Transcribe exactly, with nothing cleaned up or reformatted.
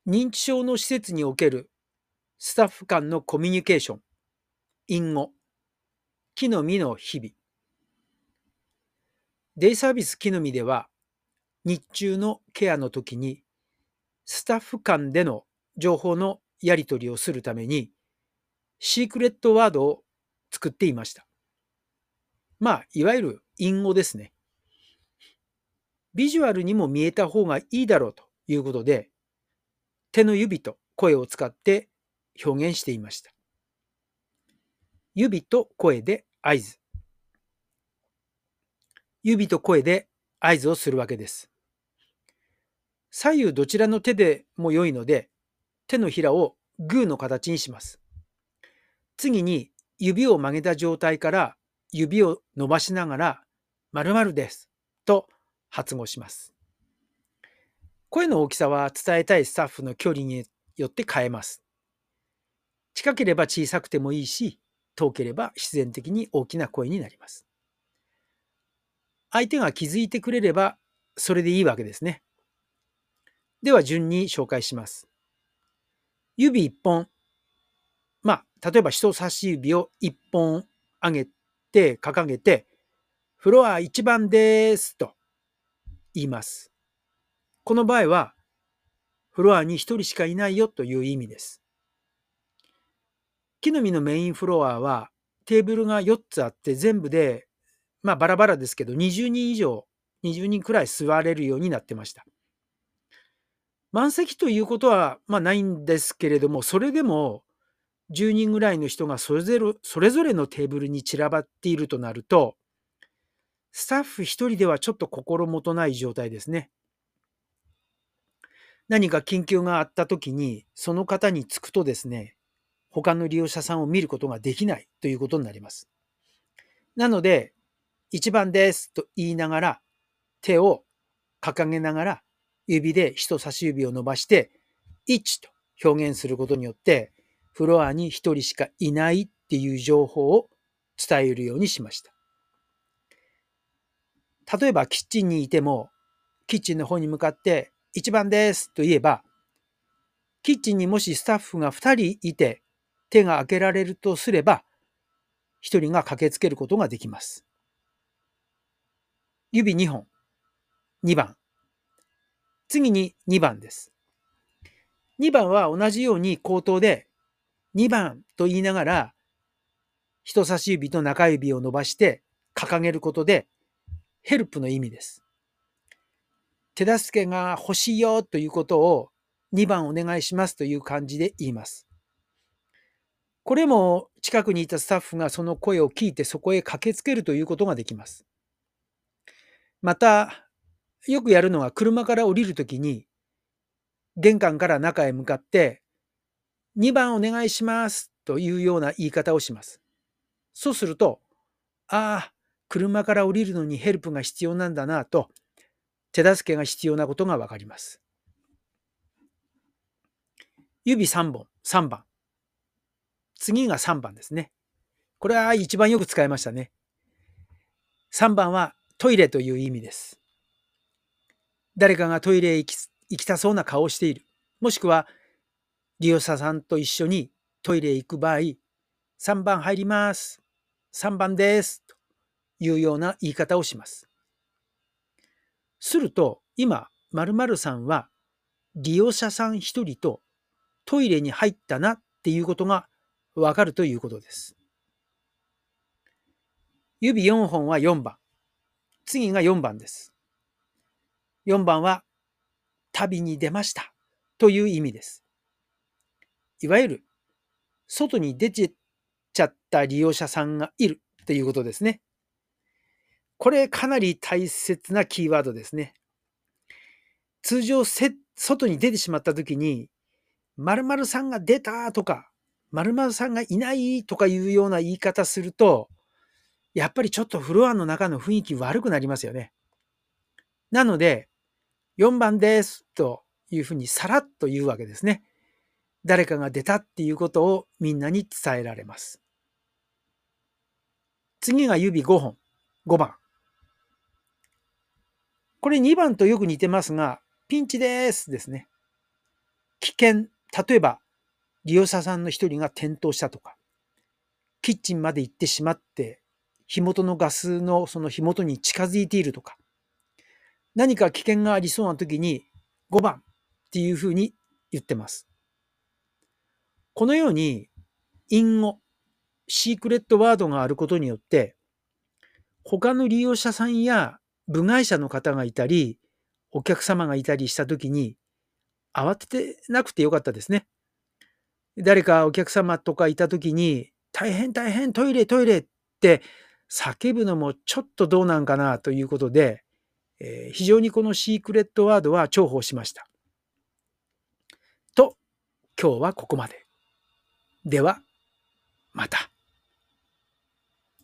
認知症の施設におけるスタッフ間のコミュニケーション、隠語、木の実の日々。デイサービス木の実では、日中のケアの時に、スタッフ間での情報のやり取りをするために、シークレットワードを作っていました。まあ、いわゆる隠語ですね。ビジュアルにも見えた方がいいだろうということで、手の指と声を使って表現していました。指と声で合図。指と声で合図をするわけです。左右どちらの手でも良いので、手のひらをグーの形にします。次に指を曲げた状態から指を伸ばしながら〇〇ですと発語します。声の大きさは伝えたいスタッフの距離によって変えます。近ければ小さくてもいいし、遠ければ自然的に大きな声になります。相手が気づいてくれればそれでいいわけですね。では順に紹介します。指いっぽん。まあ、例えば人差し指をいっぽん上げて掲げて、フロアいちばんですと言います。この場合は、フロアにひとりしかいないよという意味です。木の実のメインフロアはテーブルがよっつあって全部で、まあバラバラですけどにじゅうにん以上、にじゅうにんくらい座れるようになってました。満席ということはまあないんですけれども、それでもじゅうにんぐらいの人がそれぞれそれぞれのテーブルに散らばっているとなると、スタッフひとりではちょっと心もとない状態ですね。何か緊急があった時にその方につくとですね、他の利用者さんを見ることができないということになります。なので、いちばんですと言いながら、手を掲げながら、指で人差し指を伸ばして、いちと表現することによって、フロアにひとりしかいないっていう情報を伝えるようにしました。例えば、キッチンにいても、キッチンの方に向かって、いちばんですと言えば、キッチンにもしスタッフがふたりいて、手が開けられるとすれば、ひとりが駆けつけることができます。指にほん、にばん。次ににばんです。にばんは同じように口頭でにばんと言いながら人差し指と中指を伸ばして掲げることでヘルプの意味です。手助けが欲しいよということをにばんお願いしますという感じで言います。これも近くにいたスタッフがその声を聞いてそこへ駆けつけるということができます。また、よくやるのは車から降りるときに玄関から中へ向かってにばんお願いしますというような言い方をします。そうすると、ああ、車から降りるのにヘルプが必要なんだなと、手助けが必要なことがわかります。指さんぼん、さんばん。次がさんばんですね。これは一番よく使いましたね。さんばんはトイレという意味です。誰かがトイレへ行き行きたそうな顔をしている。もしくは利用者さんと一緒にトイレへ行く場合、さんばん入ります。さんばんです。というような言い方をします。すると、今、〇〇さんは利用者さんひとりとトイレに入ったなっていうことがわかるということです。指よんほんはよんばん。次がよんばんです。よんばんは旅に出ましたという意味です。いわゆる外に出ちゃった利用者さんがいるということですね。これかなり大切なキーワードですね。通常せ、外に出てしまった時に、〇〇さんが出たとか、〇〇さんがいないとかいうような言い方すると、やっぱりちょっとフロアの中の雰囲気悪くなりますよね。なので、よんばんですというふうにさらっと言うわけですね。誰かが出たっていうことをみんなに伝えられます。次が指ごほん、ごばん。これにばんとよく似てますが、ピンチですですね。 危険、例えば利用者さんの一人が転倒したとか、キッチンまで行ってしまって、火元のガスのその火元に近づいているとか、何か危険がありそうな時にごばんっていうふうに言ってます。このように隠語、シークレットワードがあることによって、他の利用者さんや部外者の方がいたり、お客様がいたりした時に、慌ててなくてよかったですね。誰かお客様とかいた時に、大変大変トイレトイレって叫ぶのもちょっとどうなんかなということで、えー非常にこのシークレットワードは重宝しました。と、今日はここまで。では、また。